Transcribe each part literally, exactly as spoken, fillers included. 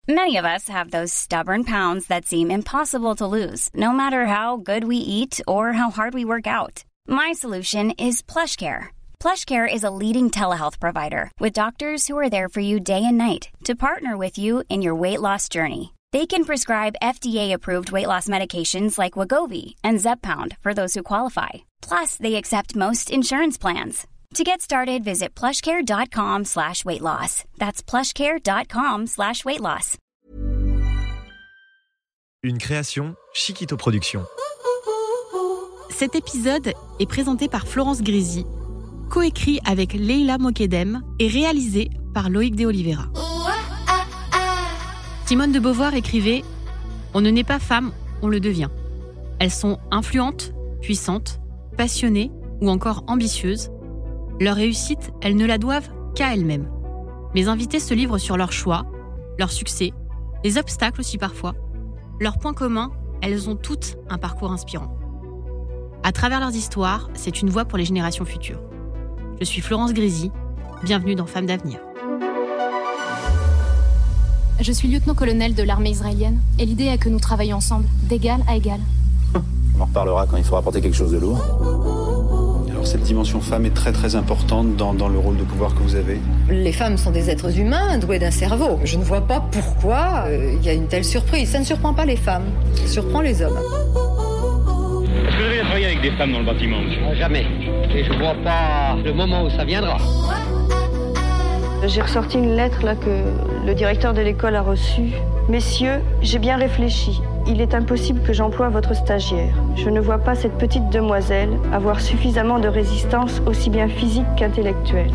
Many of us have those stubborn pounds that seem impossible to lose, no matter how good we eat or how hard we work out. My solution is PlushCare. PlushCare is a leading telehealth provider with doctors who are there for you day and night to partner with you in your weight loss journey. They can prescribe F D A-approved weight loss medications like Wegovy and Zepbound for those who qualify. Plus, they accept most insurance plans. To get started, visit plushcare.com slash weight loss. That's plushcare.com slash weight loss. Une création Chiquito Productions. Cet épisode est présenté par Florence Grisi, coécrit avec Leila Mokedem et réalisé par Loïc de Oliveira. Simone de Beauvoir écrivait « On ne naît pas femme, on le devient ». Elles sont influentes, puissantes, passionnées ou encore ambitieuses. Leur réussite, elles ne la doivent qu'à elles-mêmes. Mes invités se livrent sur leurs choix, leurs succès, les obstacles aussi parfois. Leurs points communs, elles ont toutes un parcours inspirant. À travers leurs histoires, c'est une voix pour les générations futures. Je suis Florence Grisi, bienvenue dans Femmes d'avenir. Je suis lieutenant-colonel de l'armée israélienne et l'idée est que nous travaillions ensemble, d'égal à égal. On en reparlera quand il faudra porter quelque chose de lourd. Alors cette dimension femme est très très importante dans, dans le rôle de pouvoir que vous avez. Les femmes sont des êtres humains doués d'un cerveau. Je ne vois pas pourquoi il euh, y a une telle surprise. Ça ne surprend pas les femmes, ça surprend les hommes. Est-ce que vous avez travaillé avec des femmes dans le bâtiment, monsieur ? euh, Jamais. Et je vois pas le moment où ça viendra. J'ai ressorti une lettre là que le directeur de l'école a reçue. Messieurs, j'ai bien réfléchi. Il est impossible que j'emploie votre stagiaire. Je ne vois pas cette petite demoiselle avoir suffisamment de résistance aussi bien physique qu'intellectuelle.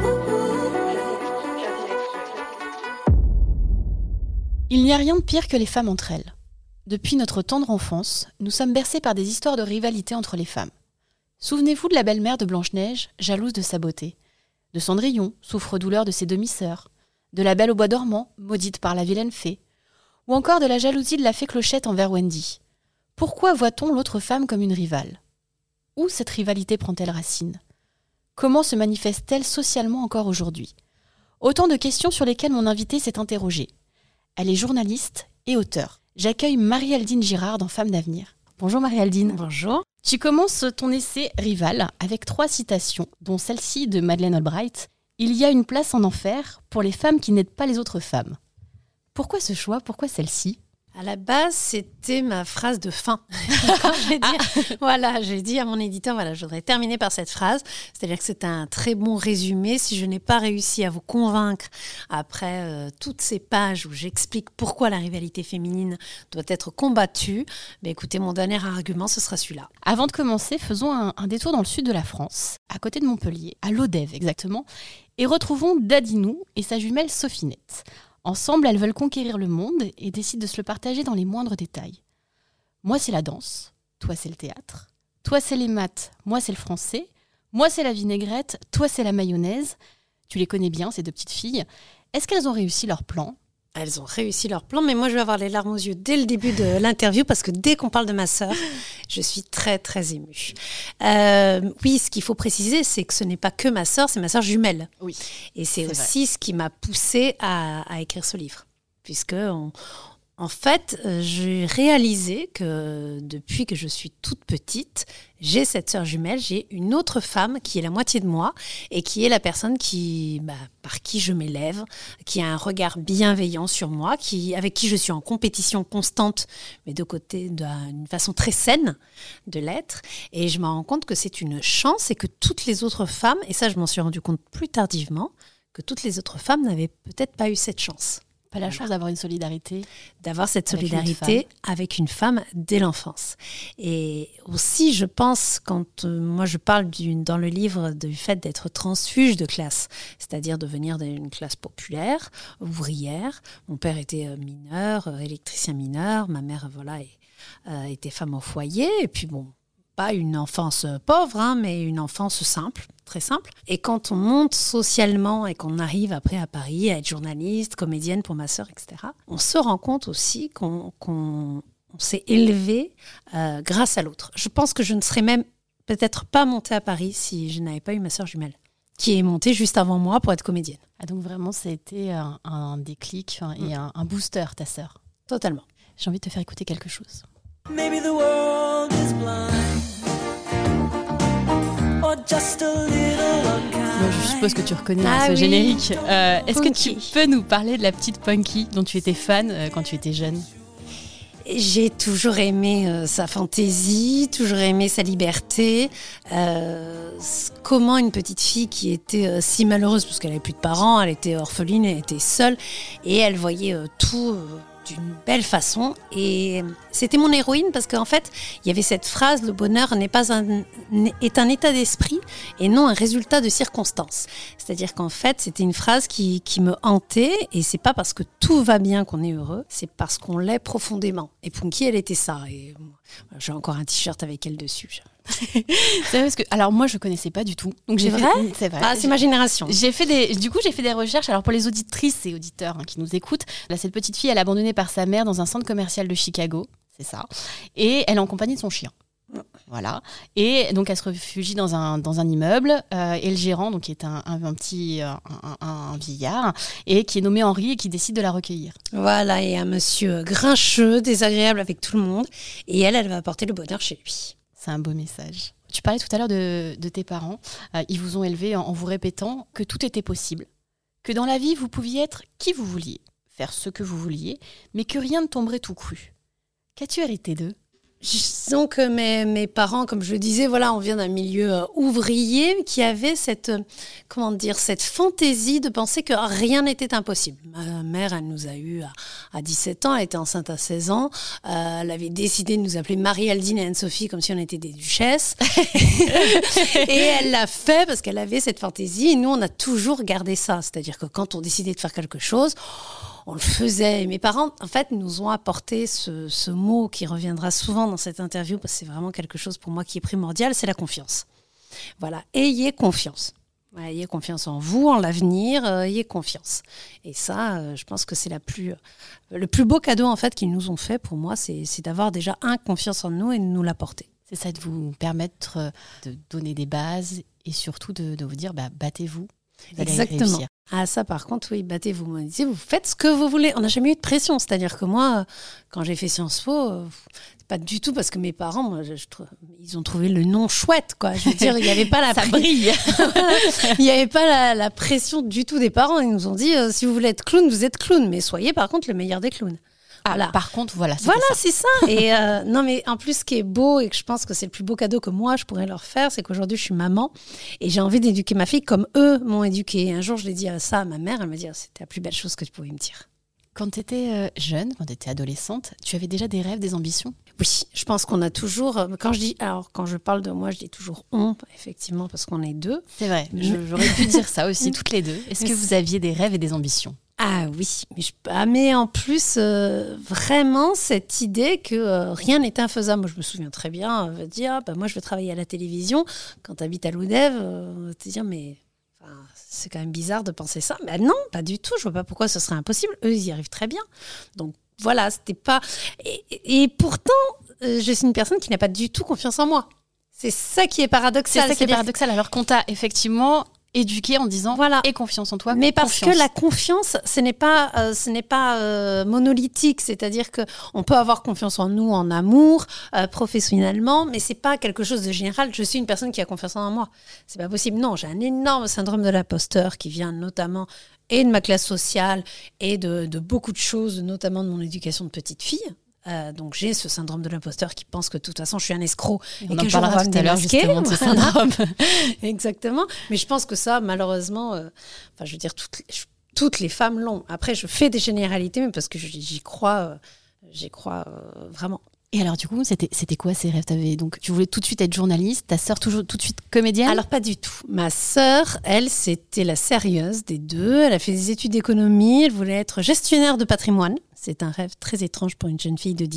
Il n'y a rien de pire que les femmes entre elles. Depuis notre tendre enfance, nous sommes bercés par des histoires de rivalité entre les femmes. Souvenez-vous de la belle-mère de Blanche-Neige, jalouse de sa beauté, de Cendrillon, souffre-douleur de ses demi-sœurs, de la Belle au bois dormant, maudite par la vilaine fée, ou encore de la jalousie de la fée Clochette envers Wendy. Pourquoi voit-on l'autre femme comme une rivale ? Où cette rivalité prend-elle racine ? Comment se manifeste-t-elle socialement encore aujourd'hui ? Autant de questions sur lesquelles mon invitée s'est interrogée. Elle est journaliste et auteure. J'accueille Marie-Aldine Girard dans Femmes d'avenir. Bonjour Marie-Aldine. Bonjour. Tu commences ton essai Rival avec trois citations, dont celle-ci de Madeleine Albright. Il y a une place en enfer pour les femmes qui n'aident pas les autres femmes. Pourquoi ce choix ? Pourquoi celle-ci ? À la base, c'était ma phrase de fin. Quand je vais dire, ah. voilà, j'ai dit à mon éditeur, voilà, je voudrais terminer par cette phrase. C'est-à-dire que c'est un très bon résumé. Si je n'ai pas réussi à vous convaincre après euh, toutes ces pages où j'explique pourquoi la rivalité féminine doit être combattue, bah, écoutez, mon dernier argument, ce sera celui-là. Avant de commencer, faisons un, un détour dans le sud de la France, à côté de Montpellier, à Lodève exactement, et retrouvons Dadinou et sa jumelle Sophinette. Ensemble, elles veulent conquérir le monde et décident de se le partager dans les moindres détails. Moi, c'est la danse. Toi, c'est le théâtre. Toi, c'est les maths. Moi, c'est le français. Moi, c'est la vinaigrette. Toi, c'est la mayonnaise. Tu les connais bien, ces deux petites filles. Est-ce qu'elles ont réussi leur plan ? Elles ont réussi leur plan, mais moi, je vais avoir les larmes aux yeux dès le début de l'interview parce que dès qu'on parle de ma sœur, je suis très, très émue. Euh, oui, ce qu'il faut préciser, c'est que ce n'est pas que ma sœur, c'est ma sœur jumelle. Oui. Et c'est, c'est aussi vrai. Ce qui m'a poussée à, à écrire ce livre, puisque on, en fait, j'ai réalisé que depuis que je suis toute petite, j'ai cette sœur jumelle, j'ai une autre femme qui est la moitié de moi et qui est la personne qui, bah, par qui je m'élève, qui a un regard bienveillant sur moi, qui, avec qui je suis en compétition constante, mais de côté d'une façon très saine de l'être. Et je me rends compte que c'est une chance et que toutes les autres femmes, et ça je m'en suis rendu compte plus tardivement, que toutes les autres femmes n'avaient peut-être pas eu cette chance. Pas la chance d'avoir une solidarité. D'avoir cette avec solidarité une avec une femme dès l'enfance. Et aussi, je pense, quand euh, moi je parle du, dans le livre du fait d'être transfuge de classe, c'est-à-dire de venir d'une classe populaire, ouvrière. Mon père était euh, mineur, euh, électricien mineur. Ma mère, voilà, et, euh, était femme au foyer. Et puis bon, pas une enfance pauvre, hein, mais une enfance simple, très simple. Et quand on monte socialement et qu'on arrive après à Paris à être journaliste, comédienne pour ma sœur, et cetera, on se rend compte aussi qu'on, qu'on on s'est élevé euh, grâce à l'autre. Je pense que je ne serais même peut-être pas montée à Paris si je n'avais pas eu ma sœur jumelle. qui est montée juste avant moi pour être comédienne. Ah, donc vraiment, ça a été un, un déclic enfin, et un, un booster, ta sœur. Totalement. J'ai envie de te faire écouter quelque chose. Maybe the world is blind, or just a little unkind. Moi, je suppose que tu reconnais ah, ce oui. générique. Euh, est-ce Punky. que tu peux nous parler de la petite Punky dont tu étais fan euh, quand tu étais jeune ? J'ai toujours aimé euh, sa fantaisie, toujours aimé sa liberté. Euh, comment une petite fille qui était euh, si malheureuse, parce qu'elle n'avait plus de parents, elle était orpheline, elle était seule, et elle voyait euh, tout euh, d'une belle façon. Et c'était mon héroïne parce qu'en fait, il y avait cette phrase, le bonheur n'est pas un, est un état d'esprit et non un résultat de circonstances. C'est-à-dire qu'en fait, c'était une phrase qui, qui me hantait, et c'est pas parce que tout va bien qu'on est heureux, c'est parce qu'on l'est profondément. Et Punky, elle était ça. Et j'ai encore un t-shirt avec elle dessus. C'est vrai parce que, alors moi je connaissais pas du tout. Donc j'ai c'est fait, vrai c'est vrai. Ah, c'est ma génération. J'ai fait des, du coup j'ai fait des recherches. Alors pour les auditrices et auditeurs hein, qui nous écoutent, là cette petite fille elle est abandonnée par sa mère dans un centre commercial de Chicago, c'est ça. Et elle est en compagnie de son chien. Voilà. Et donc elle se réfugie dans un dans un immeuble euh, et le gérant donc qui est un, un, un petit un, un, un vieillard et qui est nommé Henri et qui décide de la recueillir. Voilà, et un monsieur grincheux, désagréable avec tout le monde, et elle, elle va apporter le bonheur chez lui. C'est un beau message. Tu parlais tout à l'heure de, de tes parents. Euh, ils vous ont élevé en, en vous répétant que tout était possible, que dans la vie, vous pouviez être qui vous vouliez, faire ce que vous vouliez, mais que rien ne tomberait tout cru. Qu'as-tu hérité d'eux ? Disons que mes, mes parents, comme je le disais, voilà, on vient d'un milieu euh, ouvrier qui avait cette, euh, comment dire, cette fantaisie de penser que rien n'était impossible. Ma mère, elle nous a eu à, à dix-sept ans, elle était enceinte à seize ans, euh, elle avait décidé de nous appeler Marie-Aldine et Anne-Sophie comme si on était des duchesses. Et elle l'a fait parce qu'elle avait cette fantaisie, et nous, on a toujours gardé ça. C'est-à-dire que quand on décidait de faire quelque chose, on le faisait. Et mes parents, en fait, nous ont apporté ce, ce mot qui reviendra souvent dans cette interview, parce que c'est vraiment quelque chose pour moi qui est primordial, c'est la confiance. Voilà, ayez confiance. Voilà, ayez confiance en vous, en l'avenir, euh, ayez confiance. Et ça, euh, je pense que c'est la plus, euh, le plus beau cadeau en fait qu'ils nous ont fait pour moi, c'est, c'est d'avoir déjà un, confiance en nous et de nous l'apporter. C'est ça, de vous permettre de donner des bases et surtout de, de vous dire, bah, battez-vous. Vous allez Exactement. réussir. Ah ça par contre oui, battez-vous, vous vous faites ce que vous voulez. On n'a jamais eu de pression, c'est-à-dire que moi quand j'ai fait Sciences Po, euh, c'est pas du tout parce que mes parents, moi, je, je, ils ont trouvé le nom chouette quoi. Je veux dire, il n'y avait pas la ça pr... brille. Il n'y avait pas la, la pression du tout des parents. Ils nous ont dit euh, si vous voulez être clown, vous êtes clown, mais soyez par contre le meilleur des clowns. Ah, voilà. Par contre, voilà, c'est voilà, ça. c'est ça. Et euh, non, mais en plus, ce qui est beau et que je pense que c'est le plus beau cadeau que moi je pourrais leur faire, c'est qu'aujourd'hui je suis maman et j'ai envie d'éduquer ma fille comme eux m'ont éduquée. Et un jour, je l'ai dit à ça à ma mère, elle m'a dit oh, c'était la plus belle chose que tu pouvais me dire. Quand tu étais euh, jeune, quand tu étais adolescente, tu avais déjà des rêves, des ambitions ? Oui, je pense qu'on a toujours. Quand je dis, alors quand je parle de moi, je dis toujours on, effectivement, parce qu'on est deux. C'est vrai. Je, j'aurais pu dire ça aussi, toutes les deux. Est-ce que vous aviez des rêves et des ambitions ? Ah oui, mais, je, ah, mais en plus, euh, vraiment, cette idée que euh, rien n'est infaisable. Moi, je me souviens très bien euh, dire, ah, bah, moi, je veux travailler à la télévision. Quand tu habites à Loudève, euh, on va te dire, mais enfin, c'est quand même bizarre de penser ça. Mais non, pas du tout. Je vois pas pourquoi ce serait impossible. Eux, ils y arrivent très bien. Donc voilà, c'était pas... Et, et pourtant, euh, je suis une personne qui n'a pas du tout confiance en moi. C'est ça qui est paradoxal. C'est ça qui est paradoxal. Alors qu'on t'a effectivement... éduquer en disant voilà. Aie confiance en toi. Mais parce confiance. que la confiance, ce n'est pas, euh, ce n'est pas euh, monolithique, c'est-à-dire que on peut avoir confiance en nous, en amour, euh, professionnellement, mais c'est pas quelque chose de général. Je suis une personne qui a confiance en moi. C'est pas possible. Non, j'ai un énorme syndrome de l'imposteur qui vient notamment et de ma classe sociale et de, de beaucoup de choses, notamment de mon éducation de petite fille. Euh, donc j'ai ce syndrome de l'imposteur qui pense que de toute façon je suis un escroc et, et qu'un jour on va me démasquer. De ce syndrome. Exactement. Mais je pense que ça, malheureusement, euh, enfin je veux dire toutes les, toutes les femmes l'ont. Après, je fais des généralités, mais parce que j'y crois, euh, j'y crois euh, vraiment. Et alors du coup, c'était, c'était quoi ces rêves ? T'avais, donc, tu voulais tout de suite être journaliste, ta sœur toujours tout de suite comédienne ? Alors pas du tout. Ma sœur, elle, c'était la sérieuse des deux. Elle a fait des études d'économie, elle voulait être gestionnaire de patrimoine. C'est un rêve très étrange pour une jeune fille de dix ans.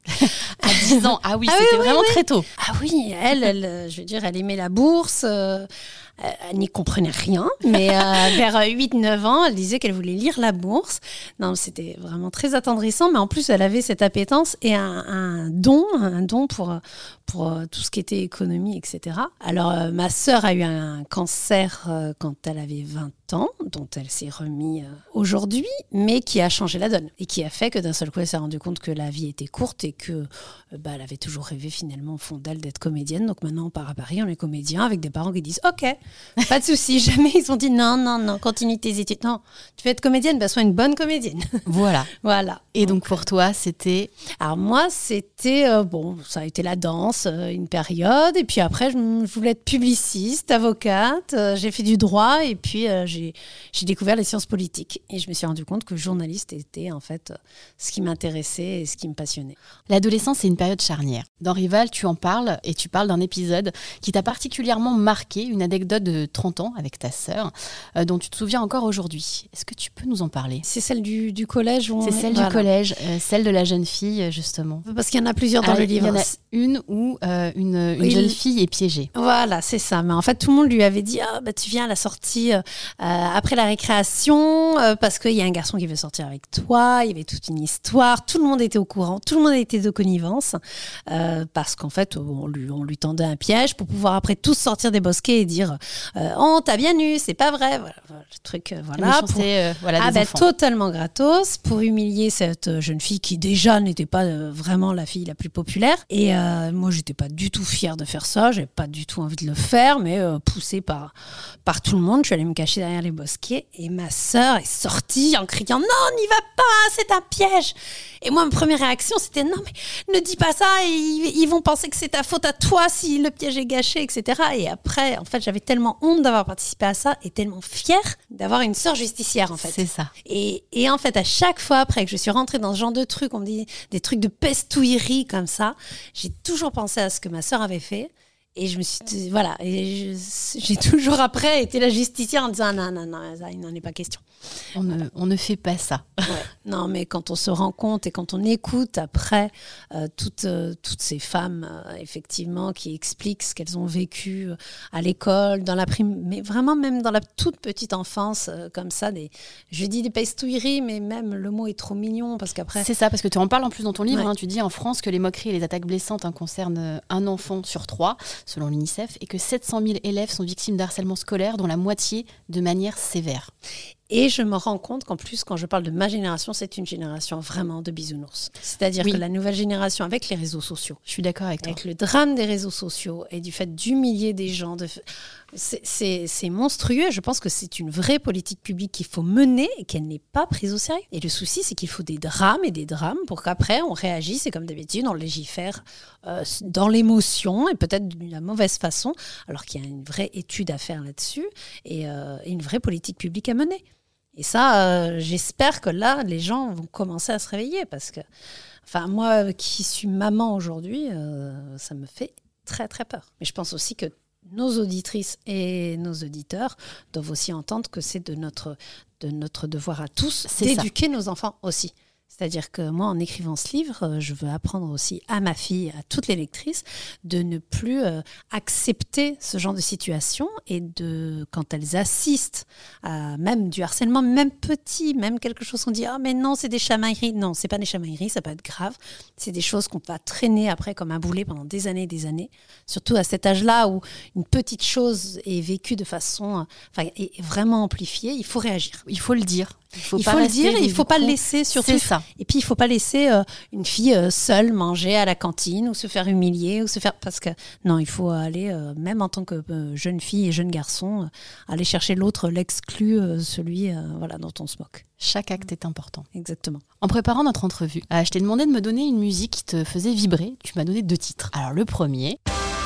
À dix ans, ah oui, ah c'était oui, vraiment oui, très tôt. Ah oui, elle, elle, je veux dire, elle aimait la bourse, euh, elle n'y comprenait rien, mais euh, vers huit neuf ans, elle disait qu'elle voulait lire la bourse. Non, c'était vraiment très attendrissant, mais en plus, elle avait cette appétence et un, un don, un don pour, pour euh, tout ce qui était économie, et cetera. Alors, euh, ma sœur a eu un cancer euh, quand elle avait vingt ans, dont elle s'est remise euh, aujourd'hui, mais qui a changé la donne et qui a fait que d'un seul coup, elle s'est rendue compte que la vie était courte et que euh, bah, elle avait toujours rêvé finalement au fond d'elle d'être comédienne. Donc maintenant, on part à Paris, on est comédien avec des parents qui disent « Ok, pas de souci. » Jamais ils ont dit « Non, non, non, continue tes études. Non, tu veux être comédienne, bah, sois une bonne comédienne. » Voilà. Voilà. Et donc pour toi, c'était... Alors moi, c'était... Euh, bon, ça a été la danse, euh, une période. Et puis après, je, je voulais être publiciste, avocate. Euh, j'ai fait du droit et puis euh, j'ai, j'ai découvert les sciences politiques. Et je me suis rendu compte que journaliste était en fait euh, ce qui m'intéressait et ce qui me passionnait. L'adolescence, c'est une période charnière. Dans Rival, tu en parles et tu parles d'un épisode qui t'a particulièrement marqué, une anecdote de trente ans avec ta sœur, euh, dont tu te souviens encore aujourd'hui. Est-ce que tu peux nous en parler ? C'est celle du, du collège où on... C'est celle voilà. du collège, euh, celle de la jeune fille, justement. Parce qu'il y en a plusieurs dans ah, le livre. Il y en a une où euh, une, une oui, jeune fille est piégée. Voilà, c'est ça. Mais en fait, tout le monde lui avait dit ah, bah, tu viens à la sortie euh, après la récréation euh, parce qu'il y a un garçon qui veut sortir avec toi. Il y avait toute une histoire. Tout le monde était au courant. Tout le monde était de connivence euh, parce qu'en fait, on lui, on lui tendait un piège pour pouvoir après tous sortir des bosquets et dire euh, oh, t'as bien eu, c'est pas vrai. Voilà, le truc, euh, voilà. Pour... Euh, voilà ah, des bah, totalement gratos pour humilier cette jeune fille qui déjà n'était pas euh, vraiment la fille la plus populaire. Et euh, moi, j'étais pas du tout fière de faire ça. J'avais pas du tout envie de le faire, mais euh, poussée par, par tout le monde, je suis allée me cacher derrière les bosquets et ma sœur est sortie en criant « Non, n'y va pas, c'est un piège !» Et moi, ma première réaction, c'était « Non, mais ne dis pas ça, ils, ils vont penser que c'est ta faute à toi si le piège est gâché, et cetera » Et après, en fait, j'avais tellement honte d'avoir participé à ça et tellement fière d'avoir une sœur justicière, en fait. C'est ça. Et, et en fait, à chaque fois après que je suis rentrée dans ce genre de trucs, on me dit des trucs de pestouillerie comme ça, j'ai toujours pensé à ce que ma sœur avait fait. Et je me suis dit, voilà, et je, j'ai toujours après été la justicière en disant non, non, non, ça, il n'en est pas question. On ne, on ne fait pas ça. Ouais. Non, mais quand on se rend compte et quand on écoute après euh, toutes, euh, toutes ces femmes, euh, effectivement, qui expliquent ce qu'elles ont vécu euh, à l'école, dans la prime, mais vraiment même dans la toute petite enfance, euh, comme ça, des, je dis des pestouilleries, mais même le mot est trop mignon parce qu'après. C'est ça, parce que tu en parles en plus dans ton livre, ouais. hein, tu dis en France que les moqueries et les attaques blessantes hein, concernent un enfant sur trois, selon l'UNICEF, et que sept cent mille élèves sont victimes d'harcèlement scolaire, dont la moitié de manière sévère. Et je me rends compte qu'en plus, quand je parle de ma génération, c'est une génération vraiment de bisounours. C'est-à-dire oui. que la nouvelle génération, avec les réseaux sociaux, je suis d'accord avec toi, avec le drame des réseaux sociaux et du fait d'humilier des gens, de... c'est, c'est, c'est monstrueux. Je pense que c'est une vraie politique publique qu'il faut mener et qu'elle n'est pas prise au sérieux. Et le souci, c'est qu'il faut des drames et des drames pour qu'après, on réagisse et comme d'habitude, on légifère euh, dans l'émotion et peut-être d'une la mauvaise façon, alors qu'il y a une vraie étude à faire là-dessus et, euh, et une vraie politique publique à mener. Et ça, euh, j'espère que là, les gens vont commencer à se réveiller parce que, enfin, moi qui suis maman aujourd'hui, euh, ça me fait très, très peur. Mais je pense aussi que nos auditrices et nos auditeurs doivent aussi entendre que c'est de notre, de notre devoir à tous c'est d'éduquer ça. Nos enfants aussi. C'est-à-dire que moi, en écrivant ce livre, je veux apprendre aussi à ma fille, à toutes les lectrices, de ne plus euh, accepter ce genre de situation et de, quand elles assistent à même du harcèlement, même petit, même quelque chose qu'on dit « Ah, mais non, c'est des chamailleries ». Non, c'est pas des chamailleries, ça peut être grave. C'est des choses qu'on va traîner après comme un boulet pendant des années et des années. Surtout à cet âge-là où une petite chose est vécue de façon, enfin, est vraiment amplifiée, il faut réagir. Il faut le dire. Il faut, il pas faut le dire, il ne faut pas le laisser surtout. C'est ça. Et puis il ne faut pas laisser euh, une fille euh, seule manger à la cantine ou se faire humilier ou se faire parce que non, il faut aller euh, même en tant que euh, jeune fille et jeune garçon euh, aller chercher l'autre, l'exclu, euh, celui euh, voilà dont on se moque. Chaque acte est important. Exactement. En préparant notre entrevue, euh, je t'ai demandé de me donner une musique qui te faisait vibrer. Tu m'as donné deux titres. Alors le premier.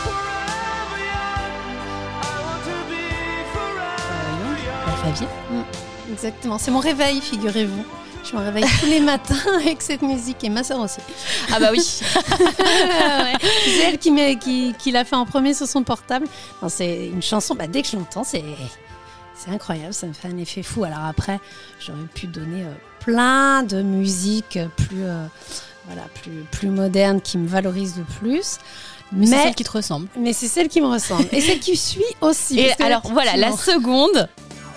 Alphaville. Mm. Exactement, c'est mon réveil, figurez-vous. Je me réveille tous les matins avec cette musique et ma sœur aussi. Ah bah oui. Ouais. C'est elle qui, met, qui, qui l'a fait en premier sur son portable. Non, c'est une chanson, bah, dès que je l'entends, c'est, c'est incroyable, ça me fait un effet fou. Alors après, j'aurais pu donner euh, plein de musiques plus... Euh, voilà, plus, plus moderne, qui me valorise le plus. Mais, mais c'est celle qui te ressemble. Mais c'est celle qui me ressemble. Et celle qui suit aussi. Et alors, voilà, la seconde...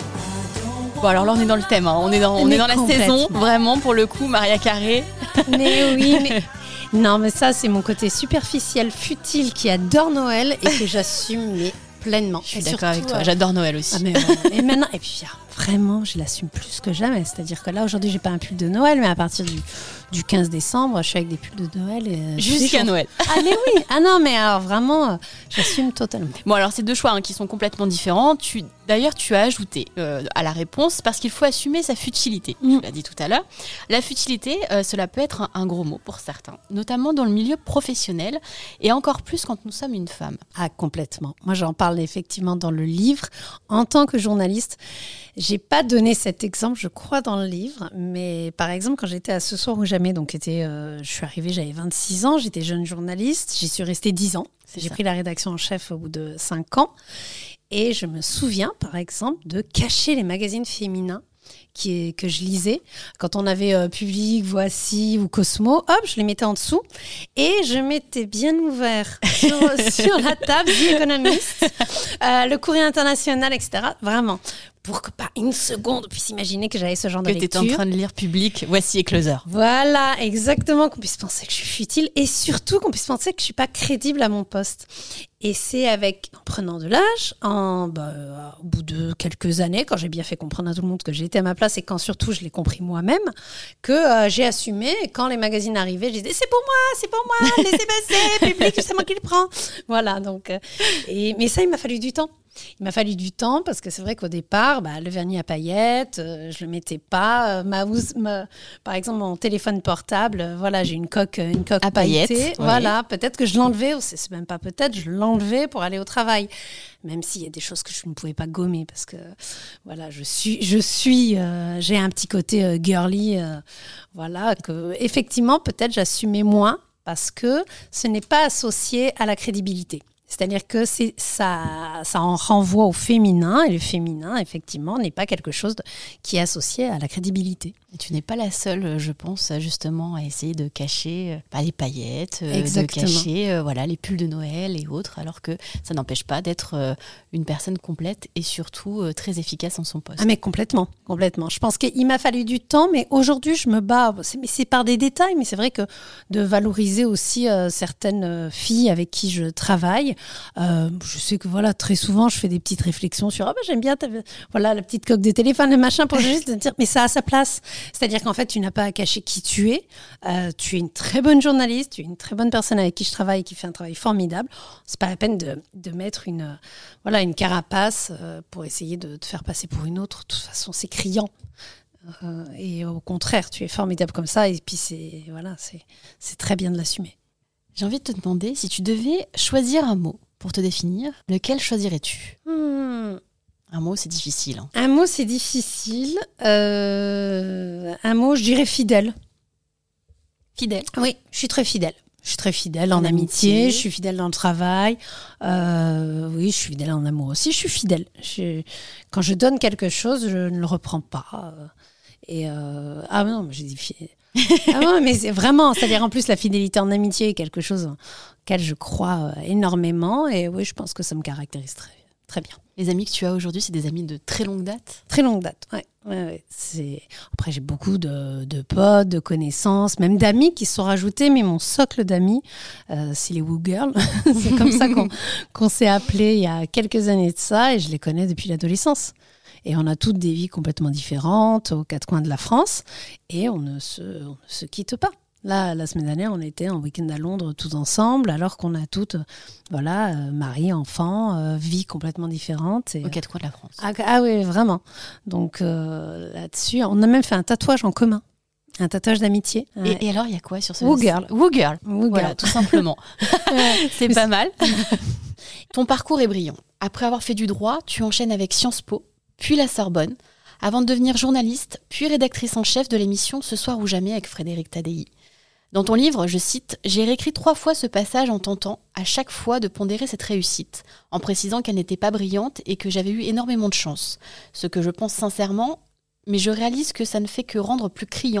Bon, alors là, on est dans le thème, hein. on est dans, on est dans la saison, vraiment, pour le coup, Maria Carré. Mais oui, mais... Non, mais ça, c'est mon côté superficiel, futile, qui adore Noël et que j'assume mais pleinement. Je suis et d'accord surtout, avec toi, euh... j'adore Noël aussi. Ah, mais voilà. Et maintenant, et puis vraiment, je l'assume plus que jamais. C'est-à-dire que là, aujourd'hui, j'ai pas un pull de Noël, mais à partir du, du quinze décembre, je suis avec des pulls de Noël. Et jusqu'à Noël. Ah, mais oui. Ah non, mais alors vraiment, j'assume totalement. Bon, alors, c'est deux choix hein, qui sont complètement différents. Tu, d'ailleurs, tu as ajouté euh, à la réponse parce qu'il faut assumer sa futilité. Mm. Tu l'as dit tout à l'heure. La futilité, euh, cela peut être un, un gros mot pour certains, notamment dans le milieu professionnel et encore plus quand nous sommes une femme. Ah, complètement. Moi, j'en parle effectivement dans le livre. En tant que journaliste, j'ai pas donné cet exemple, je crois, dans le livre, mais par exemple, quand j'étais à Ce Soir ou Jamais, donc était, euh, je suis arrivée, j'avais vingt-six ans, j'étais jeune journaliste, j'y suis restée dix ans. C'est j'ai ça. Pris la rédaction en chef au bout de cinq ans. Et je me souviens, par exemple, de cacher les magazines féminins qui est, que je lisais. Quand on avait euh, Public, Voici ou Cosmo, hop, je les mettais en dessous. Et je mettais bien ouvert sur, sur la table The Economist, euh, le Courrier International, et cetera. Vraiment. Pour que pas une seconde on puisse imaginer que j'avais ce genre que de lecture. Que tu étais en train de lire Public, Voici et Closer. Voilà, exactement, qu'on puisse penser que je suis futile et surtout qu'on puisse penser que je suis pas crédible à mon poste. Et c'est avec, en prenant de l'âge, en, bah, au bout de quelques années, quand j'ai bien fait comprendre à tout le monde que j'étais à ma place et quand surtout je l'ai compris moi-même, que euh, j'ai assumé. Et quand les magazines arrivaient, je disais c'est pour moi, c'est pour moi, laissez passer, Public, c'est moi qui le prends. Voilà, donc. Euh, et, mais ça, il m'a fallu du temps. Il m'a fallu du temps parce que c'est vrai qu'au départ, bah, le vernis à paillettes, euh, je le mettais pas. Euh, ma, ma, par exemple, mon téléphone portable, euh, voilà, j'ai une coque, une coque à paillettes. pailletée. Oui. Voilà, peut-être que je l'enlevais, c'est, c'est même pas peut-être, je l'enlevais pour aller au travail. Même s'il y a des choses que je ne pouvais pas gommer parce que voilà, je suis, je suis, euh, j'ai un petit côté euh, girly, euh, voilà, que effectivement peut-être j'assumais moins parce que ce n'est pas associé à la crédibilité. C'est-à-dire que c'est, ça, ça en renvoie au féminin, et le féminin, effectivement, n'est pas quelque chose de, qui est associé à la crédibilité. Et tu n'es pas la seule, je pense, justement, à essayer de cacher bah, les paillettes, euh, de cacher euh, voilà, les pulls de Noël et autres, alors que ça n'empêche pas d'être euh, une personne complète et surtout euh, très efficace en son poste. Ah mais complètement, complètement. Je pense qu'il m'a fallu du temps, mais aujourd'hui, je me bats, c'est, c'est par des détails, mais c'est vrai que de valoriser aussi euh, certaines filles avec qui je travaille. Euh, je sais que voilà, très souvent, je fais des petites réflexions sur ah bah, j'aime bien ta, voilà, la petite coque de téléphone, le machin, pour juste dire mais ça a sa place. C'est-à-dire qu'en fait, tu n'as pas à cacher qui tu es. Euh, tu es une très bonne journaliste, tu es une très bonne personne avec qui je travaille et qui fait un travail formidable. C'est pas la peine de, de mettre une, voilà, une carapace euh, pour essayer de te faire passer pour une autre. De toute façon, c'est criant. Euh, et au contraire, tu es formidable comme ça. Et puis, c'est, voilà, c'est, c'est très bien de l'assumer. J'ai envie de te demander, si tu devais choisir un mot pour te définir, lequel choisirais-tu ? hmm. Un mot, c'est difficile. Hein. Un mot, c'est difficile. Euh, un mot, je dirais fidèle. Fidèle ? Oui, je suis très fidèle. Je suis très fidèle en, en amitié, amitié, je suis fidèle dans le travail. Euh, oui, je suis fidèle en amour aussi. Je suis fidèle. Je, quand je donne quelque chose, je ne le reprends pas. Et euh, ah non, j'ai dit fidèle. Ah non, mais c'est vraiment, c'est-à-dire en plus la fidélité en amitié est quelque chose auquel je crois énormément. Et oui, je pense que ça me caractérise très, très bien. Les amis que tu as aujourd'hui, c'est des amis de très longue date ? Très longue date, ouais. ouais, ouais. C'est... Après, j'ai beaucoup de, de potes, de connaissances, même d'amis qui se sont rajoutés, mais mon socle d'amis, euh, c'est les Woo Girls. C'est comme ça qu'on, qu'on s'est appelés il y a quelques années de ça, et je les connais depuis l'adolescence. Et on a toutes des vies complètement différentes, aux quatre coins de la France, et on ne se, on ne se quitte pas. Là, la semaine dernière, on était en week-end à Londres tous ensemble, alors qu'on a toutes, voilà, euh, mari, enfants, euh, vies complètement différentes. Et, aux quatre coins de la France. Ah, ah oui, vraiment. Donc euh, là-dessus, on a même fait un tatouage en commun. Un tatouage d'amitié. Et, ouais. et alors, il y a quoi sur ce... Woo Girl. Woo Girl. Woo voilà, Girl. Tout simplement. C'est pas mal. Ton parcours est brillant. Après avoir fait du droit, tu enchaînes avec Sciences Po, puis la Sorbonne, avant de devenir journaliste, puis rédactrice en chef de l'émission Ce Soir ou Jamais avec Frédéric Tadei. Dans ton livre, je cite, « J'ai réécrit trois fois ce passage en tentant, à chaque fois, de pondérer cette réussite, en précisant qu'elle n'était pas brillante et que j'avais eu énormément de chance. Ce que je pense sincèrement, mais je réalise que ça ne fait que rendre plus criant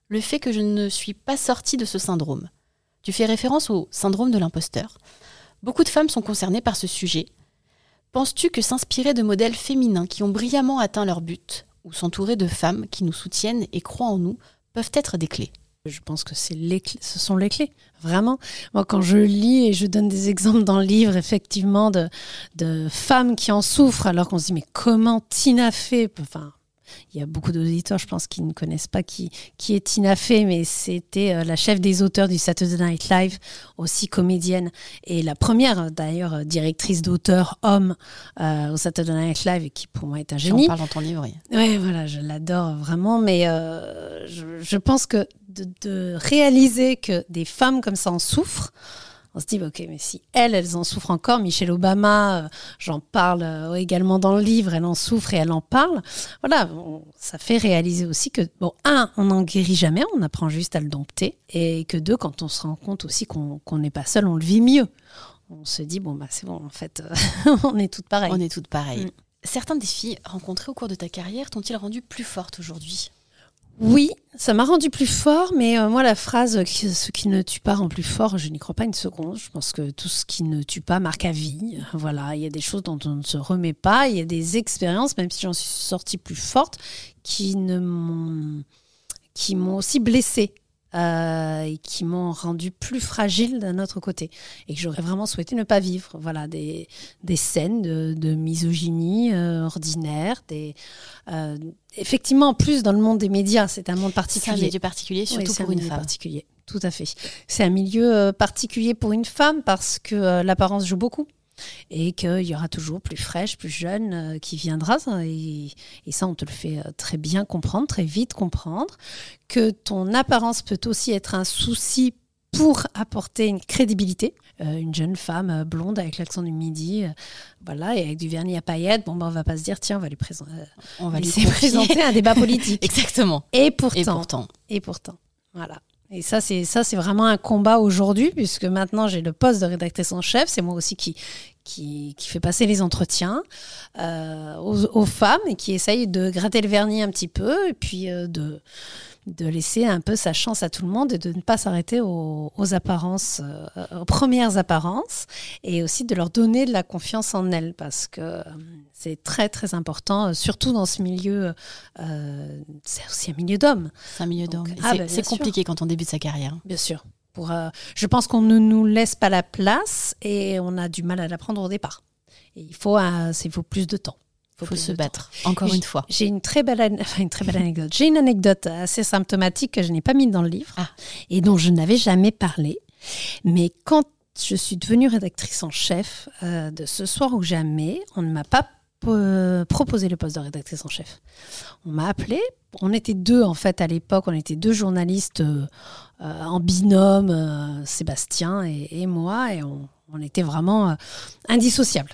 le fait que je ne suis pas sortie de ce syndrome. Tu fais référence au syndrome de l'imposteur. Beaucoup de femmes sont concernées par ce sujet. Penses-tu que s'inspirer de modèles féminins qui ont brillamment atteint leur but, ou s'entourer de femmes qui nous soutiennent et croient en nous, peuvent être des clés ? Je pense que c'est les clés, ce sont les clés, vraiment. Moi, quand je lis et je donne des exemples dans le livre, effectivement, de, de femmes qui en souffrent, alors qu'on se dit, mais comment Tina Fey, enfin, il y a beaucoup d'auditeurs, je pense, qui ne connaissent pas qui, qui est Tina Fey, mais c'était euh, la chef des auteurs du Saturday Night Live, aussi comédienne, et la première, d'ailleurs, directrice d'auteurs homme euh, au Saturday Night Live, et qui, pour moi, est un génie. On parle dans ton livre, oui. Oui, voilà, je l'adore vraiment, mais euh, je, je pense que de, de réaliser que des femmes comme ça en souffrent, on se dit, bah, ok, mais si elles, elles en souffrent encore, Michelle Obama, euh, j'en parle euh, également dans le livre, elle en souffre et elle en parle. Voilà, on, ça fait réaliser aussi que, bon, un, on n'en guérit jamais, on apprend juste à le dompter. Et que deux, quand on se rend compte aussi qu'on qu'on n'est pas seul, on le vit mieux. On se dit, bon, bah, c'est bon, en fait, euh, on est toutes pareilles. On est toutes pareilles. Mm. Certains défis rencontrés au cours de ta carrière t'ont-ils rendu plus forte aujourd'hui ? Oui, ça m'a rendu plus fort, mais euh, moi, la phrase « ce qui ne tue pas rend plus fort », je n'y crois pas une seconde. Je pense que tout ce qui ne tue pas marque à vie. Voilà, il y a des choses dont on ne se remet pas. Il y a des expériences, même si j'en suis sortie plus forte, qui, ne m'ont, qui m'ont aussi blessée. Euh, et qui m'ont rendu plus fragile d'un autre côté et que j'aurais vraiment souhaité ne pas vivre. Voilà, des, des scènes de, de misogynie euh, ordinaire, des, euh, effectivement, en plus dans le monde des médias, c'est un monde particulier. C'est un milieu particulier, surtout oui, pour une femme. Particulier, tout à fait. C'est un milieu euh, particulier pour une femme parce que euh, l'apparence joue beaucoup. Et qu'il y aura toujours plus fraîche, plus jeune euh, qui viendra. Et, et ça, on te le fait euh, très bien comprendre, très vite comprendre. Que ton apparence peut aussi être un souci pour apporter une crédibilité. Euh, une jeune femme euh, blonde avec l'accent du midi, euh, voilà, et avec du vernis à paillettes, bon, ben, on ne va pas se dire, tiens, on va lui, présenter, euh, on va lui présenter un débat politique. Exactement. Et pourtant. Et pourtant. Et pourtant. Voilà. Et ça c'est, ça, c'est vraiment un combat aujourd'hui, puisque maintenant, j'ai le poste de rédactrice en chef. C'est moi aussi qui, qui, qui fait passer les entretiens euh, aux, aux femmes et qui essaye de gratter le vernis un petit peu et puis euh, de, de laisser un peu sa chance à tout le monde et de ne pas s'arrêter aux, aux apparences, euh, aux premières apparences, et aussi de leur donner de la confiance en elles, parce que euh, c'est très, très important, euh, surtout dans ce milieu. Euh, c'est aussi un milieu d'hommes. C'est un milieu d'hommes. Ah, c'est, bah, c'est compliqué quand on débute sa carrière. Bien sûr. Pour, euh, je pense qu'on ne nous laisse pas la place et on a du mal à la prendre au départ. Et il faut, euh, il faut plus de temps. Il faut, faut se battre, temps. Encore j'ai, une fois. J'ai une très belle, enfin, une très belle anecdote. J'ai une anecdote assez symptomatique que je n'ai pas mise dans le livre ah. et dont je n'avais jamais parlé. Mais quand je suis devenue rédactrice en chef, euh, de Ce soir ou jamais, on ne m'a pas euh, proposé le poste de rédactrice en chef. On m'a appelée. On était deux, en fait, à l'époque. On était deux journalistes euh, euh, en binôme, euh, Sébastien et, et moi, et on, on était vraiment euh, indissociables.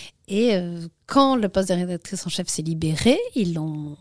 Et euh, quand le poste de rédactrice en chef s'est libéré, ils l'ont,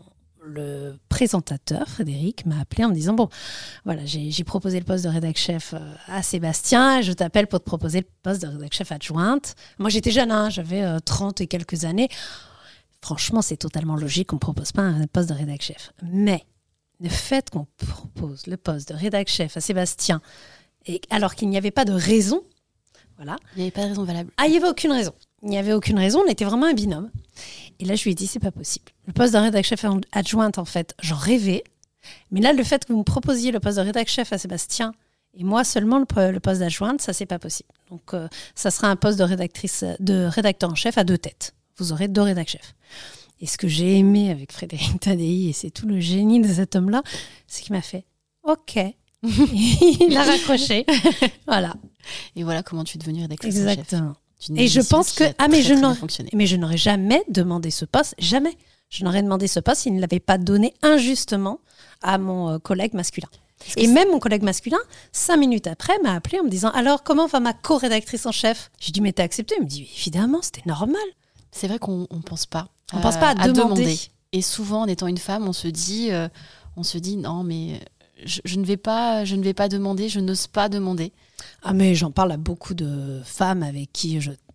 le présentateur, Frédéric, m'a appelé en me disant « Bon, voilà, j'ai, j'ai proposé le poste de rédac chef à Sébastien, je t'appelle pour te proposer le poste de rédac chef adjointe. » Moi, j'étais jeune, hein, j'avais euh, trente et quelques années. Franchement, c'est totalement logique qu'on ne propose pas un poste de rédac chef. Mais le fait qu'on propose le poste de rédac chef à Sébastien, et, alors qu'il n'y avait pas de raison, voilà. Il n'y avait pas de raison valable. Ah, il n'y avait aucune raison. Il n'y avait aucune raison, on était vraiment un binôme. Et là, je lui ai dit, c'est pas possible. Le poste de rédac chef adjointe, en fait, j'en rêvais. Mais là, le fait que vous me proposiez le poste de rédac chef à Sébastien, et moi seulement le, le poste d'adjointe, ça, c'est pas possible. Donc, euh, ça sera un poste de rédactrice, de rédacteur en chef à deux têtes. Vous aurez deux rédac chefs. Et ce que j'ai aimé avec Frédéric Tadei, et c'est tout le génie de cet homme-là, c'est qu'il m'a fait « OK ». Il a raccroché. Voilà. Et voilà comment tu es devenue rédactrice en chef. Exactement. Et je pense que ah mais je n'aurais mais je n'aurais jamais demandé ce poste, jamais. Je n'aurais demandé ce poste s'il ne l'avait pas donné injustement à mon euh, collègue masculin. Et même mon collègue masculin, cinq minutes après, m'a appelé en me disant alors comment va ma co-rédactrice en chef. J'ai dit mais t'as accepté? Il me dit évidemment, c'était normal. C'est vrai qu'on on pense pas. On euh, pense pas à, à demander. demander. Et souvent, en étant une femme, on se dit euh, on se dit non mais je, je ne vais pas je ne vais pas demander, je n'ose pas demander. Ah mais j'en parle à beaucoup de femmes avec qui je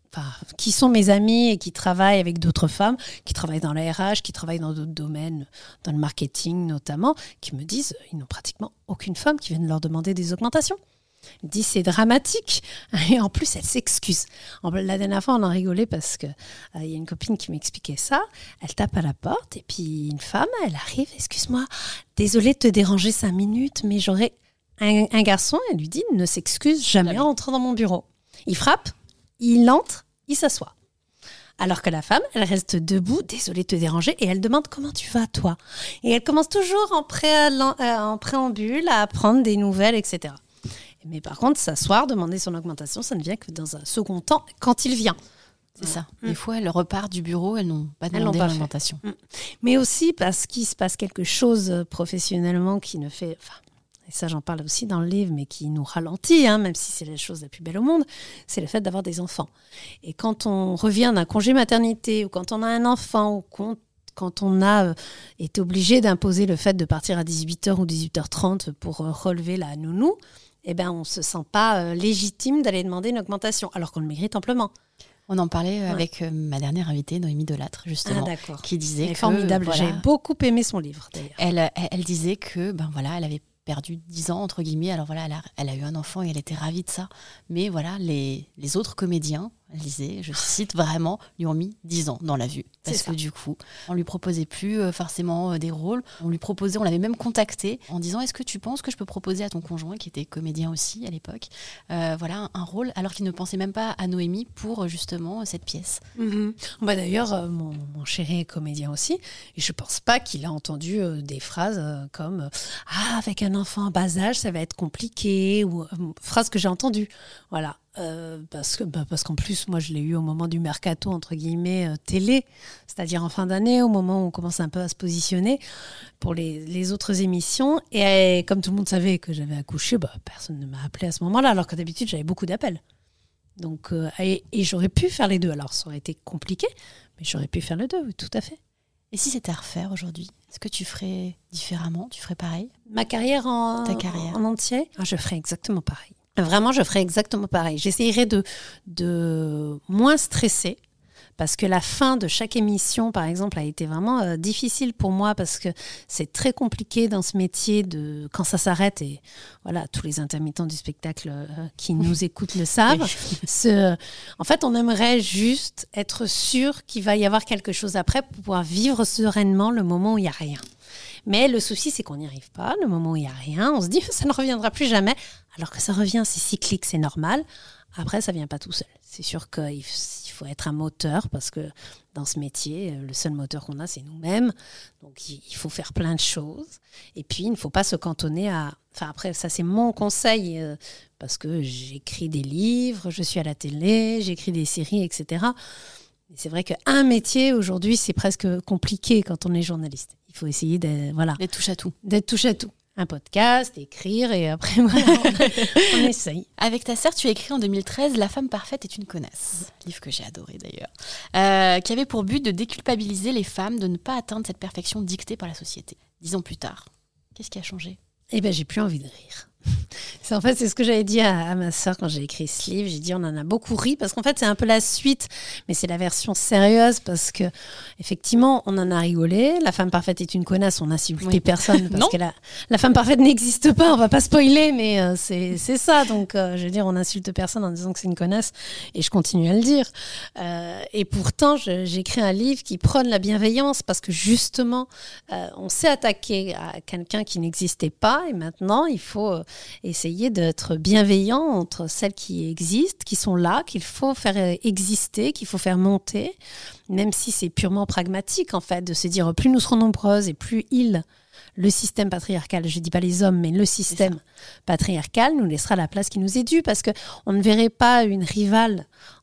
enfin, qui sont mes amis et qui travaillent avec d'autres femmes, qui travaillent dans la R H, qui travaillent dans d'autres domaines, dans le marketing notamment, qui me disent qu'ils n'ont pratiquement aucune femme qui vienne leur demander des augmentations. Ils me disent c'est dramatique. Et en plus, elle s'excuse. La dernière fois, on en rigolait parce qu'il euh, y a une copine qui m'expliquait ça. Elle tape à la porte et puis une femme, elle arrive. Excuse-moi, désolée de te déranger cinq minutes, mais j'aurais... Un, un garçon, elle lui dit ne s'excuse jamais en entrant dans mon bureau. Il frappe, il entre, il s'assoit. Alors que la femme, elle reste debout, désolée de te déranger, et elle demande comment tu vas, toi. Et elle commence toujours en, préalan, euh, en préambule à apprendre des nouvelles, et cetera. Mais par contre, s'asseoir, demander son augmentation, ça ne vient que dans un second temps, quand il vient. C'est ça. Mmh. Des fois, elles repartent du bureau, elles n'ont pas demandé l'augmentation. Mmh. Mais aussi parce qu'il se passe quelque chose professionnellement qui ne fait... Enfin, et ça j'en parle aussi dans le livre, mais qui nous ralentit, hein, même si c'est la chose la plus belle au monde, c'est le fait d'avoir des enfants. Et quand on revient d'un congé maternité, ou quand on a un enfant, ou quand, quand on a euh, été obligé d'imposer le fait de partir à dix-huit heures ou dix-huit heures trente pour euh, relever la nounou, eh ben, on ne se sent pas euh, légitime d'aller demander une augmentation, alors qu'on le mérite amplement. On en parlait Ouais. avec euh, ma dernière invitée, Noémie Delattre, justement, Ah, qui disait Elle est que... formidable, voilà, j'ai beaucoup aimé son livre, d'ailleurs. Elle, elle, elle disait que, ben voilà, elle avait perdu dix ans, entre guillemets. Alors voilà, elle a, elle a eu un enfant et elle était ravie de ça. Mais voilà, les, les autres comédiens, elle disait, je cite vraiment, lui ont mis dix ans dans la vue. Parce que du coup, on lui proposait plus euh, forcément euh, des rôles. On lui proposait, on l'avait même contacté en disant, est-ce que tu penses que je peux proposer à ton conjoint, qui était comédien aussi à l'époque, euh, voilà, un, un rôle, alors qu'il ne pensait même pas à Noémie pour justement cette pièce. Mm-hmm. Bah d'ailleurs, euh, mon, mon chéri est comédien aussi, et je pense pas qu'il a entendu euh, des phrases euh, comme euh, ah, avec un enfant en bas âge, ça va être compliqué, ou euh, phrases que j'ai entendues. Voilà. Euh, parce que bah parce qu'en plus moi je l'ai eu au moment du mercato entre guillemets euh, télé, c'est-à-dire en fin d'année, au moment où on commence un peu à se positionner pour les, les autres émissions, et euh, comme tout le monde savait que j'avais accouché, bah, personne ne m'a appelé à ce moment-là, alors que d'habitude j'avais beaucoup d'appels. Donc euh, et, et j'aurais pu faire les deux. Alors ça aurait été compliqué, mais j'aurais pu faire les deux, oui, tout à fait. Et si c'était à refaire aujourd'hui, est-ce que tu ferais différemment? Tu ferais pareil? Ma carrière en, Ta carrière. en entier, ah, je ferais exactement pareil. Vraiment, je ferais exactement pareil. J'essayerais de, de moins stresser, parce que la fin de chaque émission, par exemple, a été vraiment euh, difficile pour moi, parce que c'est très compliqué dans ce métier de, quand ça s'arrête, et voilà, tous les intermittents du spectacle euh, qui nous écoutent le savent. Ce, en fait, on aimerait juste être sûr qu'il va y avoir quelque chose après pour pouvoir vivre sereinement le moment où il n'y a rien. Mais le souci, c'est qu'on n'y arrive pas. Le moment où il n'y a rien, on se dit ça ne reviendra plus jamais. Alors que ça revient, c'est cyclique, c'est normal. Après, ça ne vient pas tout seul. C'est sûr qu'il faut être un moteur, parce que dans ce métier, le seul moteur qu'on a, c'est nous-mêmes. Donc, il faut faire plein de choses. Et puis, il ne faut pas se cantonner à... Enfin, après, ça, c'est mon conseil, euh, parce que j'écris des livres, je suis à la télé, j'écris des séries, et cetera. Et c'est vrai qu'un métier, aujourd'hui, c'est presque compliqué quand on est journaliste. Il faut essayer de, voilà, d'être touche à tout. D'être touche à tout. Un podcast, écrire, et après, voilà, on, on essaye. Avec ta sœur, tu as écrit en deux mille treize « La femme parfaite est une connasse », livre que j'ai adoré d'ailleurs, euh, qui avait pour but de déculpabiliser les femmes de ne pas atteindre cette perfection dictée par la société. Dix ans plus tard, qu'est-ce qui a changé? Eh bien, j'ai plus envie de rire. C'est, en fait, c'est ce que j'avais dit à, à ma sœur quand j'ai écrit ce livre. J'ai dit, on en a beaucoup ri, parce qu'en fait, c'est un peu la suite, mais c'est la version sérieuse, parce que effectivement, on en a rigolé. La femme parfaite est une connasse, on n'insulte oui. personne, parce que la, la femme parfaite n'existe pas. On va pas spoiler, mais euh, c'est, c'est ça. Donc, euh, je veux dire, on n'insulte personne en disant que c'est une connasse, et je continue à le dire. Euh, et pourtant, je, j'écris un livre qui prône la bienveillance, parce que justement, euh, on s'est attaqué à quelqu'un qui n'existait pas, et maintenant, il faut euh, essayer d'être bienveillant entre celles qui existent, qui sont là, qu'il faut faire exister, qu'il faut faire monter, même si c'est purement pragmatique, en fait, de se dire plus nous serons nombreuses et plus il, le système patriarcal, je ne dis pas les hommes, mais le système patriarcal nous laissera la place qui nous est due, parce qu'on ne verrait pas une rivale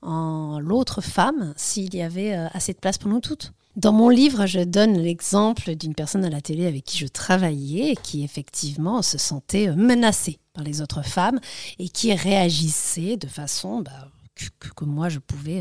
en l'autre femme s'il y avait assez de place pour nous toutes. Dans mon livre, je donne l'exemple d'une personne à la télé avec qui je travaillais et qui effectivement se sentait menacée par les autres femmes et qui réagissait de façon bah, que, que moi je pouvais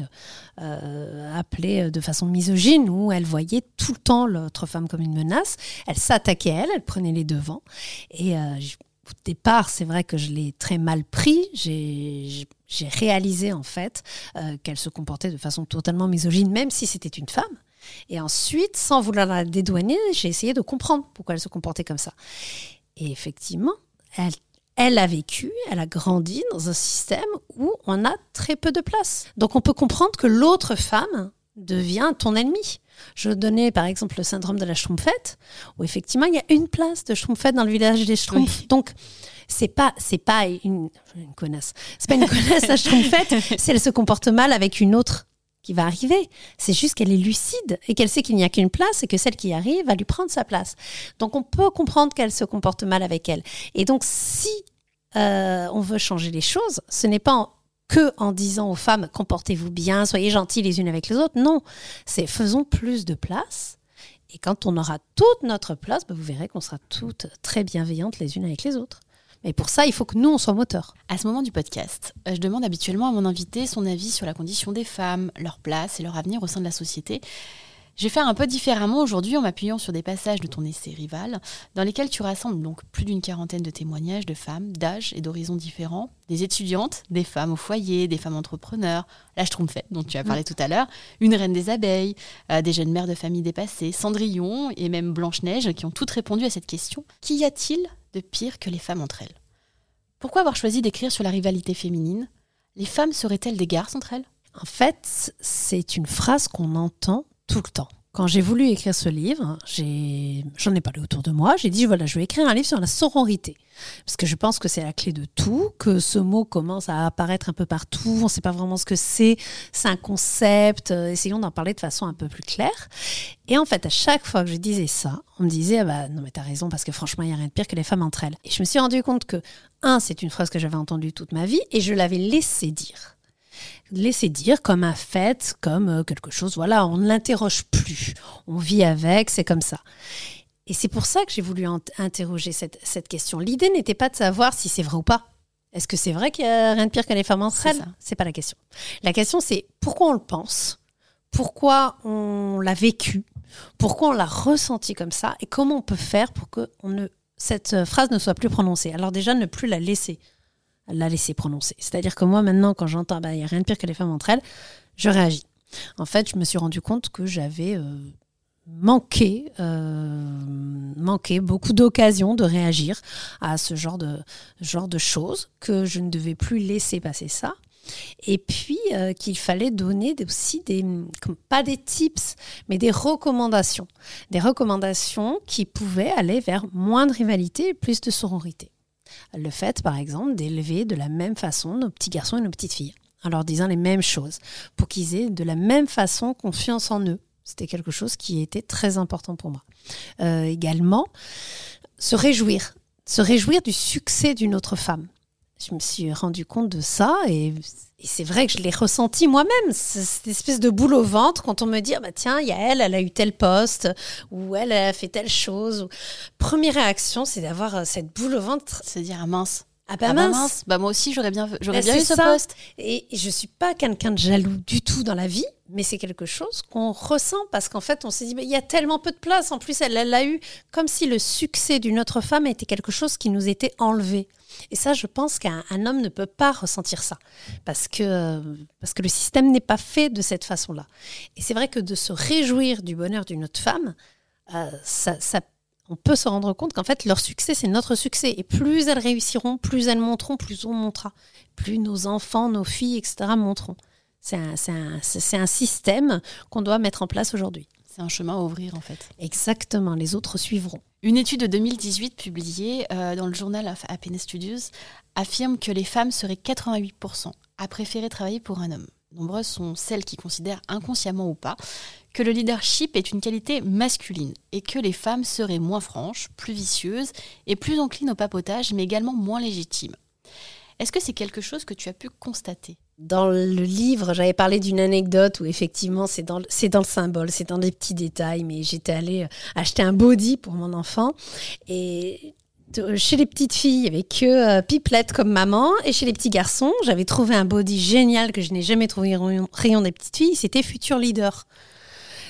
euh, appeler de façon misogyne, où elle voyait tout le temps l'autre femme comme une menace. Elle s'attaquait à elle, elle prenait les devants. Et euh, au départ, c'est vrai que je l'ai très mal pris. J'ai, j'ai réalisé en fait euh, qu'elle se comportait de façon totalement misogyne, même si c'était une femme. Et ensuite, sans vouloir la dédouaner, j'ai essayé de comprendre pourquoi elle se comportait comme ça. Et effectivement, elle, elle a vécu, elle a grandi dans un système où on a très peu de place. Donc on peut comprendre que l'autre femme devient ton ennemi. Je donnais par exemple le syndrome de la Schtroumpfette, où effectivement il y a une place de Schtroumpfette dans le village des Schtroumpfs. Oui. Donc c'est pas c'est pas une, une connasse, c'est pas une connasse la Schtroumpfette. Si elle se comporte mal avec une autre qui va arriver, c'est juste qu'elle est lucide et qu'elle sait qu'il n'y a qu'une place et que celle qui arrive va lui prendre sa place. Donc on peut comprendre qu'elle se comporte mal avec elle. Et donc si euh, on veut changer les choses, ce n'est pas en que en disant aux femmes « comportez-vous bien, soyez gentils les unes avec les autres ». Non, c'est faisons plus de place. Et quand on aura toute notre place, bah vous verrez qu'on sera toutes très bienveillantes les unes avec les autres. Mais pour ça, il faut que nous, on soit moteurs. À ce moment du podcast, je demande habituellement à mon invité son avis sur la condition des femmes, leur place et leur avenir au sein de la société. Je vais faire un peu différemment aujourd'hui en m'appuyant sur des passages de ton essai Rival, dans lesquels tu rassembles donc plus d'une quarantaine de témoignages de femmes d'âge et d'horizons différents, des étudiantes, des femmes au foyer, des femmes entrepreneurs, la Schtroumpfette dont tu as parlé mmh. tout à l'heure, une reine des abeilles, euh, des jeunes mères de famille dépassées, Cendrillon et même Blanche-Neige qui ont toutes répondu à cette question. Qu'y a-t-il de pire que les femmes entre elles ? Pourquoi avoir choisi d'écrire sur la rivalité féminine ? Les femmes seraient-elles des garces entre elles ? En fait, c'est une phrase qu'on entend tout le temps. Quand j'ai voulu écrire ce livre, j'ai... j'en ai parlé autour de moi, j'ai dit voilà, je vais écrire un livre sur la sororité. Parce que je pense que c'est la clé de tout, que ce mot commence à apparaître un peu partout, on ne sait pas vraiment ce que c'est, c'est un concept, euh, essayons d'en parler de façon un peu plus claire. Et en fait, à chaque fois que je disais ça, on me disait ah bah, non mais t'as raison, parce que franchement, il n'y a rien de pire que les femmes entre elles. Et je me suis rendu compte que, un, c'est une phrase que j'avais entendue toute ma vie, et je l'avais laissé dire. Laisser dire comme un fait, comme quelque chose, voilà, on ne l'interroge plus, on vit avec, c'est comme ça. Et c'est pour ça que j'ai voulu ent- interroger cette, cette question. L'idée n'était pas de savoir si c'est vrai ou pas. Est-ce que c'est vrai qu'il n'y a rien de pire que les femmes entre elles ? C'est pas la question. La question, c'est pourquoi on le pense, pourquoi on l'a vécu, pourquoi on l'a ressenti comme ça, et comment on peut faire pour que on ne, cette phrase ne soit plus prononcée. Alors déjà, ne plus la laisser. la laisser prononcer. C'est-à-dire que moi, maintenant, quand j'entends bah, « il n'y a rien de pire que les femmes entre elles », je réagis. En fait, je me suis rendu compte que j'avais euh, manqué, euh, manqué beaucoup d'occasions de réagir à ce genre de, genre de choses, que je ne devais plus laisser passer ça. Et puis, euh, qu'il fallait donner aussi des, pas des tips, mais des recommandations. Des recommandations qui pouvaient aller vers moins de rivalité et plus de sororité. Le fait, par exemple, d'élever de la même façon nos petits garçons et nos petites filles, en leur disant les mêmes choses, pour qu'ils aient de la même façon confiance en eux. C'était quelque chose qui était très important pour moi. Euh, également, se réjouir, se réjouir du succès d'une autre femme. Je me suis rendu compte de ça et, et c'est vrai que je l'ai ressenti moi-même, cette espèce de boule au ventre quand on me dit bah tiens, il y a elle, elle a eu tel poste ou elle, elle a fait telle chose. Première réaction, c'est d'avoir cette boule au ventre. Se dire ah mince. Ah bah, ah mince. bah mince, bah moi aussi j'aurais bien, j'aurais bah bien eu ce ça. poste. Et, et je suis pas quelqu'un de jaloux du tout dans la vie, mais c'est quelque chose qu'on ressent parce qu'en fait on s'est dit il bah, y a tellement peu de place, en plus elle l'a eu, comme si le succès d'une autre femme était quelque chose qui nous était enlevé. Et ça, je pense qu'un un homme ne peut pas ressentir ça parce que, parce que le système n'est pas fait de cette façon-là. Et c'est vrai que de se réjouir du bonheur d'une autre femme, euh, ça, ça on peut se rendre compte qu'en fait, leur succès, c'est notre succès. Et plus elles réussiront, plus elles monteront, plus on montera. Plus nos enfants, nos filles, et cetera monteront. C'est un, c'est un, c'est un système qu'on doit mettre en place aujourd'hui. C'est un chemin à ouvrir, en fait. Exactement, les autres suivront. Une étude de deux mille dix-huit publiée euh, dans le journal of Happiness Studios affirme que les femmes seraient quatre-vingt-huit pour cent à préférer travailler pour un homme. Nombreuses sont celles qui considèrent, inconsciemment ou pas, que le leadership est une qualité masculine et que les femmes seraient moins franches, plus vicieuses et plus enclines au papotage, mais également moins légitimes. Est-ce que c'est quelque chose que tu as pu constater ? Dans le livre, j'avais parlé d'une anecdote où effectivement, c'est dans, c'est dans le symbole, c'est dans les petits détails, mais j'étais allée acheter un body pour mon enfant et chez les petites filles, il n'y avait que euh, Pipelette comme maman. Et chez les petits garçons, j'avais trouvé un body génial que je n'ai jamais trouvé au rayon, rayon des petites filles. C'était Futur Leader.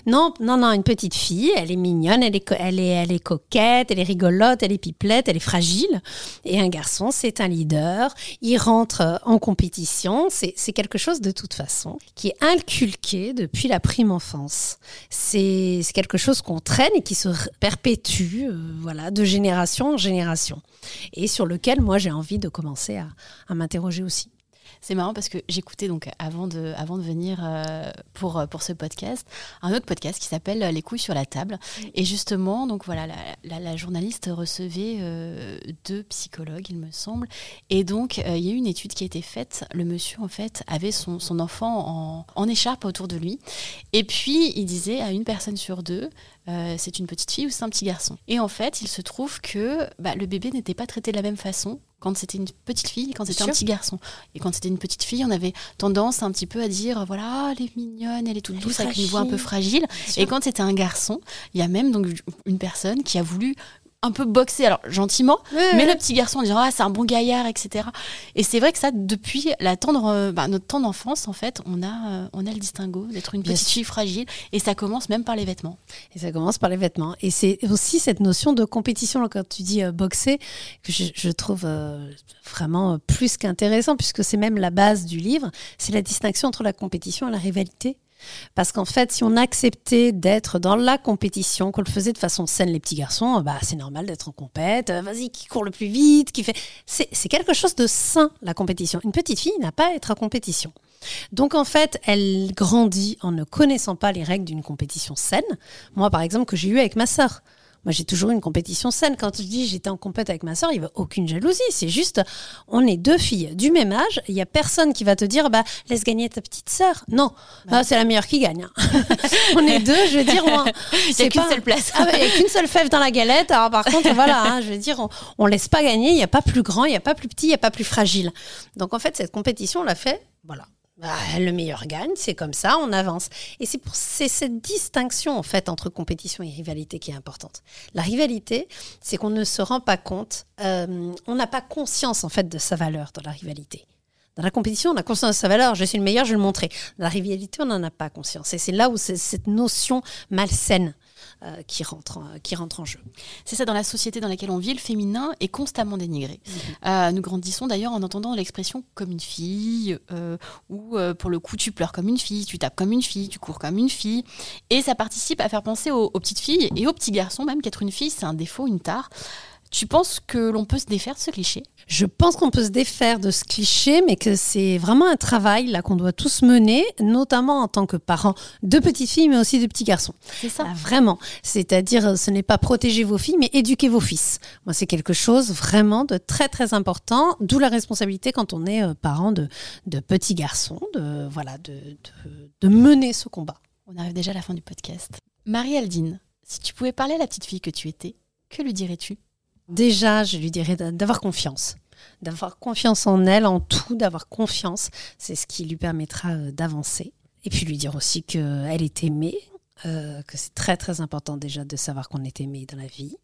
Non, non, non, une petite fille, elle est mignonne, elle est, co- elle est, elle est coquette, elle est rigolote, elle est pipelette, elle est fragile. Et un garçon, c'est un leader, il rentre en compétition, c'est, c'est quelque chose de toute façon qui est inculqué depuis la prime enfance. C'est, c'est quelque chose qu'on traîne et qui se perpétue, euh, voilà, de génération en génération. Et sur lequel, moi, j'ai envie de commencer à, à m'interroger aussi. C'est marrant parce que j'écoutais donc avant de, avant de venir euh, pour, pour ce podcast, un autre podcast qui s'appelle Les couilles sur la table. Et justement, donc voilà, la, la, la journaliste recevait euh, deux psychologues, il me semble. Et donc, euh, il y a eu une étude qui a été faite. Le monsieur, en fait, avait son, son enfant en, en écharpe autour de lui. Et puis, il disait à une personne sur deux, euh, c'est une petite fille ou c'est un petit garçon. Et en fait, il se trouve que bah, le bébé n'était pas traité de la même façon quand c'était une petite fille et quand c'était un petit garçon. Et quand c'était une petite fille, on avait tendance un petit peu à dire, voilà, elle est mignonne, elle est toute elle douce, est avec une voix un peu fragile. Et quand c'était un garçon, il y a même donc une personne qui a voulu un peu boxer, alors gentiment, oui, mais oui. Le petit garçon dira ah, c'est un bon gaillard, et cetera. Et c'est vrai que ça, depuis la tendre, bah, notre temps d'enfance, en fait, on a, euh, on a le distinguo d'être une petite yes. fille fragile, et ça commence même par les vêtements. Et ça commence par les vêtements. Et c'est aussi cette notion de compétition, là, quand tu dis euh, boxer, que je, je trouve euh, vraiment plus qu'intéressant, puisque c'est même la base du livre, c'est la distinction entre la compétition et la rivalité. Parce qu'en fait, si on acceptait d'être dans la compétition, qu'on le faisait de façon saine, les petits garçons, bah, c'est normal d'être en compète, vas-y, qui court le plus vite, qui fait... C'est, c'est quelque chose de sain, la compétition. Une petite fille n'a pas à être en compétition. Donc en fait, elle grandit en ne connaissant pas les règles d'une compétition saine. Moi, par exemple, que j'ai eu avec ma sœur. Moi, j'ai toujours eu une compétition saine. Quand je dis j'étais en compète avec ma sœur, il n'y a aucune jalousie. C'est juste, on est deux filles du même âge. Il n'y a personne qui va te dire, bah, laisse gagner ta petite sœur. Non, bah, ah, c'est la meilleure qui gagne. On est deux, je veux dire. Il n'y a qu'une pas... seule place. Ah, il n'y a qu'une seule fève dans la galette. Alors par contre, voilà, hein, je veux dire, on ne laisse pas gagner. Il n'y a pas plus grand, il n'y a pas plus petit, il n'y a pas plus fragile. Donc en fait, cette compétition, on l'a fait, voilà. Bah, le meilleur gagne, c'est comme ça, on avance. Et c'est, pour, c'est cette distinction en fait entre compétition et rivalité qui est importante. La rivalité, c'est qu'on ne se rend pas compte, euh, on n'a pas conscience en fait de sa valeur dans la rivalité. Dans la compétition, on a conscience de sa valeur, je suis le meilleur, je vais le montrer. Dans la rivalité, on n'en a pas conscience. Et c'est là où c'est cette notion malsaine euh, qui, rentre, euh, qui rentre en jeu. C'est ça, dans la société dans laquelle on vit, le féminin est constamment dénigré. Mmh. Euh, nous grandissons d'ailleurs en entendant l'expression comme une fille, euh, ou euh, pour le coup, tu pleures comme une fille, tu tapes comme une fille, tu cours comme une fille. Et ça participe à faire penser aux, aux petites filles et aux petits garçons, même qu'être une fille, c'est un défaut, une tare. Tu penses que l'on peut se défaire de ce cliché ? Je pense qu'on peut se défaire de ce cliché, mais que c'est vraiment un travail là qu'on doit tous mener, notamment en tant que parents de petites filles, mais aussi de petits garçons. C'est ça. Là, vraiment. C'est-à-dire, ce n'est pas protéger vos filles, mais éduquer vos fils. Moi, c'est quelque chose vraiment de très, très important, d'où la responsabilité quand on est euh, parent de, de petits garçons, de, voilà, de, de, de mener ce combat. On arrive déjà à la fin du podcast. Marie-Aldine, si tu pouvais parler à la petite fille que tu étais, que lui dirais-tu ? Déjà, je lui dirais d'avoir confiance. D'avoir confiance en elle, en tout, d'avoir confiance. C'est ce qui lui permettra d'avancer. Et puis lui dire aussi qu'elle est aimée, euh, que c'est très très important déjà de savoir qu'on est aimé dans la vie.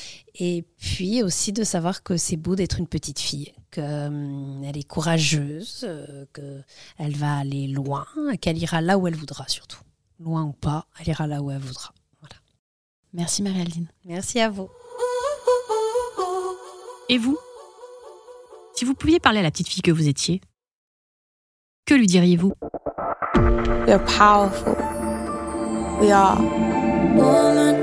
Et puis aussi de savoir que c'est beau d'être une petite fille, qu'elle euh, est courageuse, euh, qu'elle va aller loin, qu'elle ira là où elle voudra surtout. Loin ou pas, elle ira là où elle voudra. Voilà. Merci Marie-Aldine. Merci à vous. Et vous ? Si vous pouviez parler à la petite fille que vous étiez, que lui diriez-vous ? We are powerful. We are woman.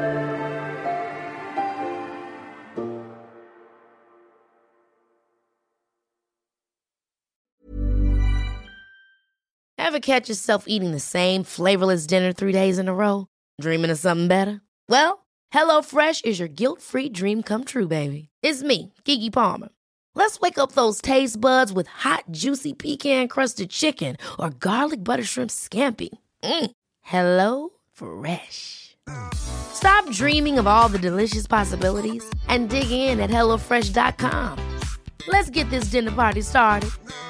Ever catch yourself eating the same flavorless dinner three days in a row? Dreaming of something better? Well, HelloFresh is your guilt-free dream come true, baby. It's me, Keke Palmer. Let's wake up those taste buds with hot, juicy pecan-crusted chicken or garlic butter shrimp scampi. Mm. Hello Fresh. Stop dreaming of all the delicious possibilities and dig in at hello fresh dot com. Let's get this dinner party started.